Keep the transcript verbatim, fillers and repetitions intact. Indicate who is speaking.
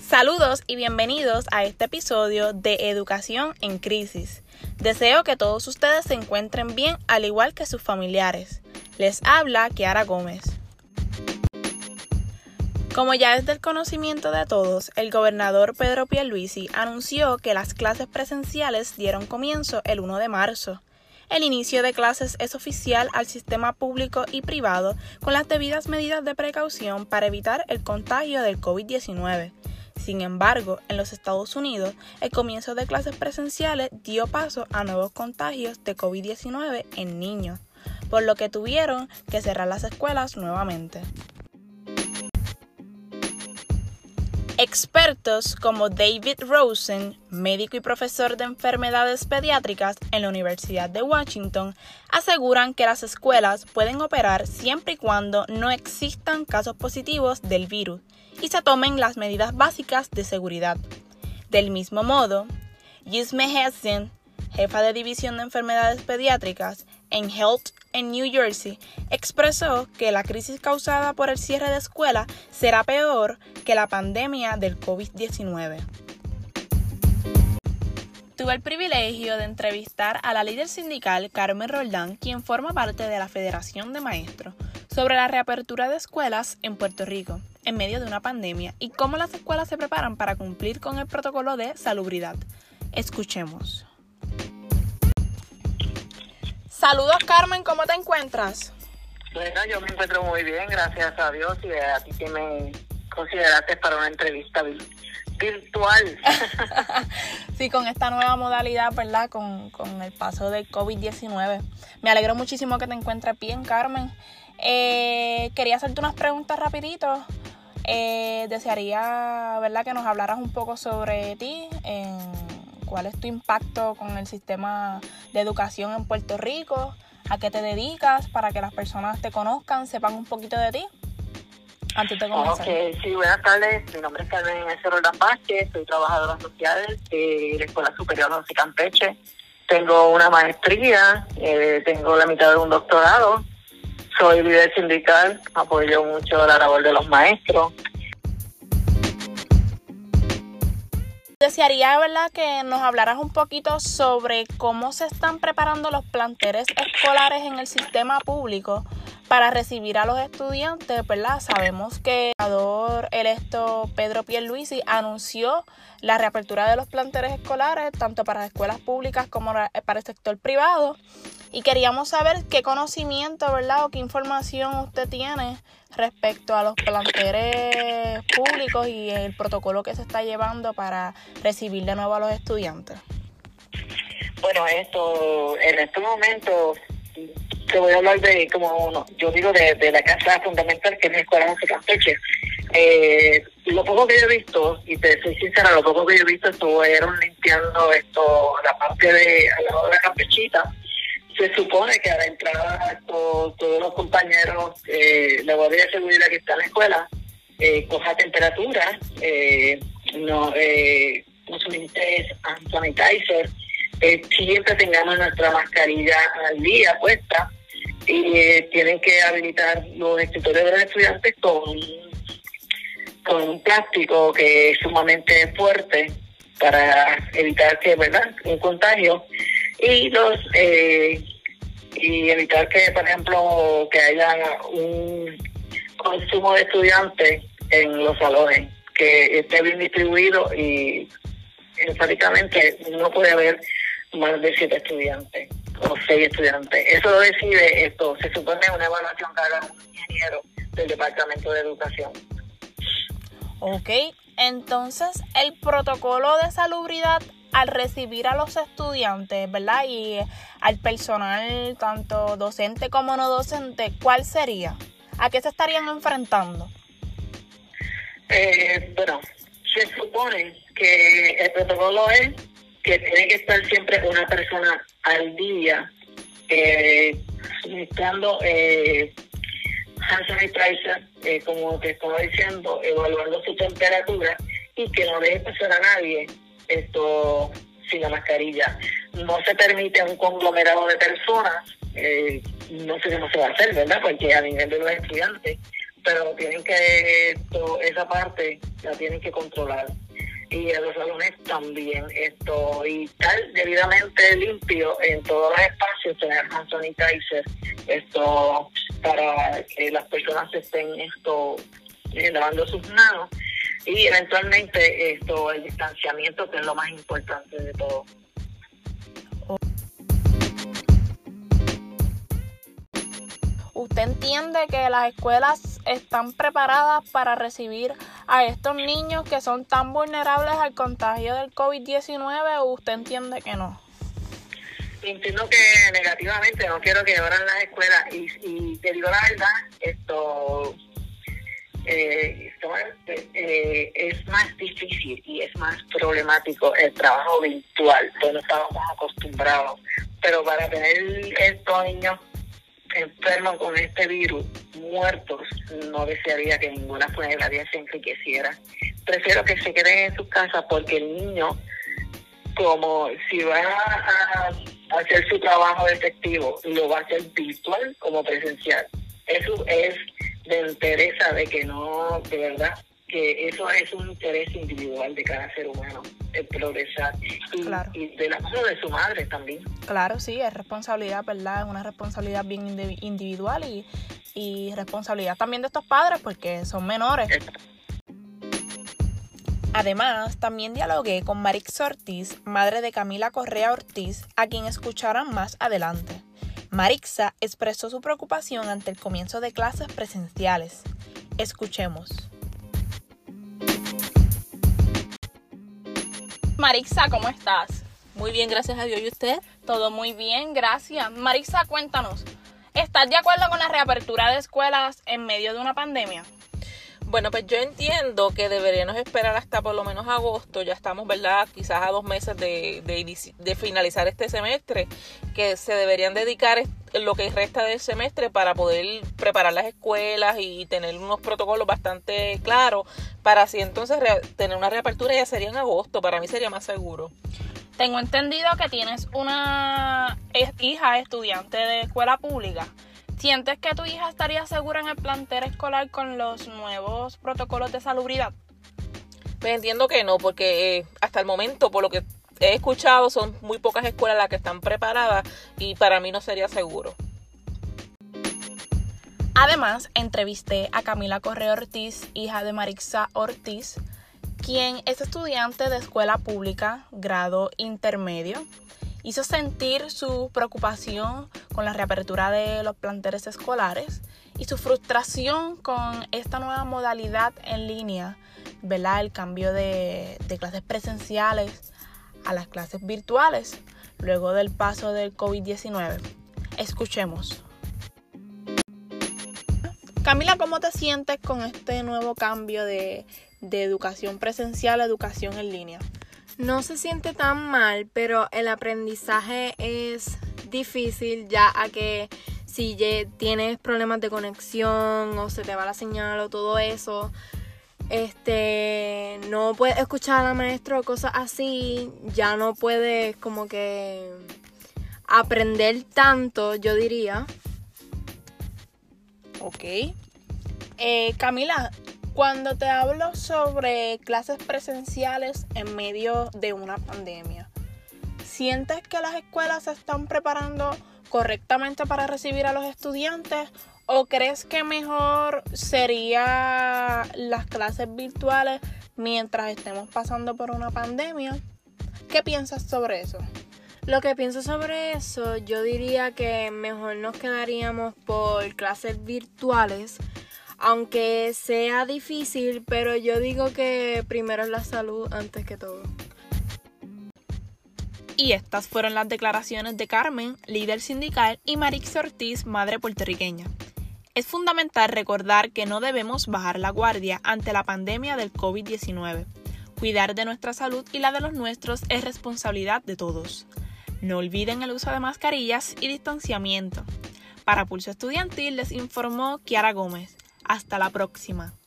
Speaker 1: Saludos y bienvenidos a este episodio de Educación en Crisis. Deseo que todos ustedes se encuentren bien, al igual que sus familiares. Les habla Kiara Gómez. Como ya es del conocimiento de todos, el gobernador Pedro Pierluisi anunció que las clases presenciales dieron comienzo el primero de marzo. El inicio de clases es oficial al sistema público y privado con las debidas medidas de precaución para evitar el contagio del COVID diecinueve. Sin embargo, en los Estados Unidos, el comienzo de clases presenciales dio paso a nuevos contagios de COVID diecinueve en niños, por lo que tuvieron que cerrar las escuelas nuevamente. Expertos como David Rosen, médico y profesor de enfermedades pediátricas en la Universidad de Washington, aseguran que las escuelas pueden operar siempre y cuando no existan casos positivos del virus y se tomen las medidas básicas de seguridad. Del mismo modo, Yisme Hessen, jefa de división de enfermedades pediátricas en Health en New Jersey, expresó que la crisis causada por el cierre de escuelas será peor que la pandemia del COVID diecinueve. Tuve el privilegio de entrevistar a la líder sindical Carmen Roldán, quien forma parte de la Federación de Maestros, sobre la reapertura de escuelas en Puerto Rico en medio de una pandemia y cómo las escuelas se preparan para cumplir con el protocolo de salubridad. Escuchemos. Saludos, Carmen, ¿cómo te encuentras?
Speaker 2: Bueno, yo me encuentro muy bien, gracias a Dios, y a ti que me consideraste para una entrevista virtual.
Speaker 1: Sí, con esta nueva modalidad, ¿verdad? Con, con el paso del COVID diecinueve. Me alegro muchísimo que te encuentres bien, Carmen. Eh, quería hacerte unas preguntas rapidito. Eh, desearía, ¿verdad?, que nos hablaras un poco sobre ti, en cuál es tu impacto con el sistema de educación en Puerto Rico, a qué te dedicas, para que las personas te conozcan, sepan un poquito de ti, antes de comenzar.
Speaker 2: Ok, sí, buenas tardes. Mi nombre es Carmen Roldán Vázquez, soy trabajadora social de la Escuela Superior José Campeche. Tengo una maestría, eh, tengo la mitad de un doctorado, soy líder sindical, apoyo mucho la labor de los maestros.
Speaker 1: Desearía, ¿verdad?, que nos hablaras un poquito sobre cómo se están preparando los planteles escolares en el sistema público para recibir a los estudiantes, ¿verdad? Sabemos que el gobernador electo Pedro Pierluisi anunció la reapertura de los planteles escolares, tanto para las escuelas públicas como para el sector privado. Y queríamos saber qué conocimiento, ¿verdad?, o qué información usted tiene respecto a los planteles públicos y el protocolo que se está llevando para recibir de nuevo a los estudiantes.
Speaker 2: Bueno, esto, en este momento te voy a hablar de, como yo digo, de, de la casa fundamental, que es la Escuela José Campeche. Eh, lo poco que yo he visto, y te soy sincera, lo poco que yo he visto estuvieron limpiando esto, la parte de al lado de la campechita. Se supone que a la entrada esto, todos los compañeros, eh, la guardia de seguridad que está en la escuela, eh, coja temperatura, eh, no eh, consumir hand sanitizer, eh, siempre tengamos nuestra mascarilla al día puesta, y eh, tienen que habilitar los escritorios de los estudiantes con, con un plástico que es sumamente fuerte para evitar que, ¿verdad?, un contagio. Y los eh, y evitar que, por ejemplo, que haya un consumo de estudiantes en los salones, que esté bien distribuido, y enfáticamente no puede haber más de siete estudiantes o seis estudiantes. Eso lo decide esto, se supone una evaluación que haga un ingeniero del Departamento de Educación.
Speaker 1: Ok, entonces el protocolo de salubridad al recibir a los estudiantes, ¿verdad?, y al personal tanto docente como no docente, ¿cuál sería? ¿A qué se estarían enfrentando?
Speaker 2: Eh, bueno, se supone que el protocolo es que tiene que estar siempre una persona al día eh, suministrando eh, hand sanitizer, eh, como te estaba diciendo, evaluando su temperatura, y que no deje pasar a nadie esto sin la mascarilla. No se permite un conglomerado de personas, eh, no sé cómo se va a hacer, ¿verdad?, porque a nivel de los estudiantes, pero tienen que, esto, esa parte la tienen que controlar. y en los salones también, esto, y estar debidamente limpio en todos los espacios, tener hand sanitizer, esto, para que las personas estén esto eh, lavando sus manos, y eventualmente esto, el distanciamiento, que es lo más importante de todo.
Speaker 1: ¿Usted entiende que las escuelas están preparadas para recibir a estos niños que son tan vulnerables al contagio del COVID diecinueve o usted entiende que no?
Speaker 2: Entiendo que negativamente, no quiero que abran las escuelas y, y te digo la verdad, esto, eh, esto eh, es más difícil y es más problemático el trabajo virtual, que no estábamos acostumbrados, pero para tener estos niños enfermos con este virus, muertos, no desearía que ninguna funeraria se enriqueciera. Prefiero que se queden en sus casas porque el niño, como si va a hacer su trabajo detectivo, lo va a hacer virtual como presencial. Eso es de interés de que no, de verdad, que eso es un interés individual de cada ser humano, el progresar, y,
Speaker 1: claro.
Speaker 2: y de la mano de su madre también.
Speaker 1: Claro, sí, es responsabilidad, ¿verdad? Es una responsabilidad bien individual y, y responsabilidad también de estos padres porque son menores. Además, también dialogué con Marixa Ortiz, madre de Camila Correa Ortiz, a quien escucharán más adelante. Marixa expresó su preocupación ante el comienzo de clases presenciales. Escuchemos. Marixa, ¿cómo estás?
Speaker 3: Muy bien, gracias a Dios. ¿Y usted?
Speaker 1: Todo muy bien, gracias. Marixa, cuéntanos, ¿estás de acuerdo con la reapertura de escuelas en medio de una pandemia?
Speaker 3: Bueno, pues yo entiendo que deberíamos esperar hasta por lo menos agosto. Ya estamos, ¿verdad? Quizás a dos meses de, de, de finalizar este semestre, que se deberían dedicar lo que resta del semestre para poder preparar las escuelas y tener unos protocolos bastante claros para así entonces re- tener una reapertura. Ya sería en agosto, para mí sería más seguro.
Speaker 1: Tengo entendido que tienes una hija estudiante de escuela pública. ¿Sientes que tu hija estaría segura en el plantel escolar con los nuevos protocolos de salubridad?
Speaker 3: Pues entiendo que no, porque eh, hasta el momento, por lo que he escuchado, son muy pocas escuelas las que están preparadas y para mí no sería seguro.
Speaker 1: Además, entrevisté a Camila Correa Ortiz, hija de Marixa Ortiz, quien es estudiante de escuela pública, grado intermedio. Hizo sentir su preocupación con la reapertura de los planteles escolares y su frustración con esta nueva modalidad en línea, ¿verdad? El cambio de, de clases presenciales a las clases virtuales luego del paso del COVID diecinueve. Escuchemos. Camila, ¿cómo te sientes con este nuevo cambio de, de educación presencial a educación en línea?
Speaker 4: No se siente tan mal, pero el aprendizaje es difícil ya a que si tienes problemas de conexión o se te va la señal o todo eso, este, no puedes escuchar a la maestra o cosas así, ya no puedes como que aprender tanto, yo diría.
Speaker 1: Ok. Eh, Camila, cuando te hablo sobre clases presenciales en medio de una pandemia, ¿sientes que las escuelas se están preparando correctamente para recibir a los estudiantes o crees que mejor sería las clases virtuales mientras estemos pasando por una pandemia? ¿Qué piensas sobre eso?
Speaker 4: Lo que pienso sobre eso, yo diría que mejor nos quedaríamos por clases virtuales, aunque sea difícil, pero yo digo que primero es la salud antes que todo.
Speaker 1: Y estas fueron las declaraciones de Carmen, líder sindical, y Marixa Ortiz, madre puertorriqueña. Es fundamental recordar que no debemos bajar la guardia ante la pandemia del COVID diecinueve. Cuidar de nuestra salud y la de los nuestros es responsabilidad de todos. No olviden el uso de mascarillas y distanciamiento. Para Pulso Estudiantil les informó Kiara Gómez. Hasta la próxima.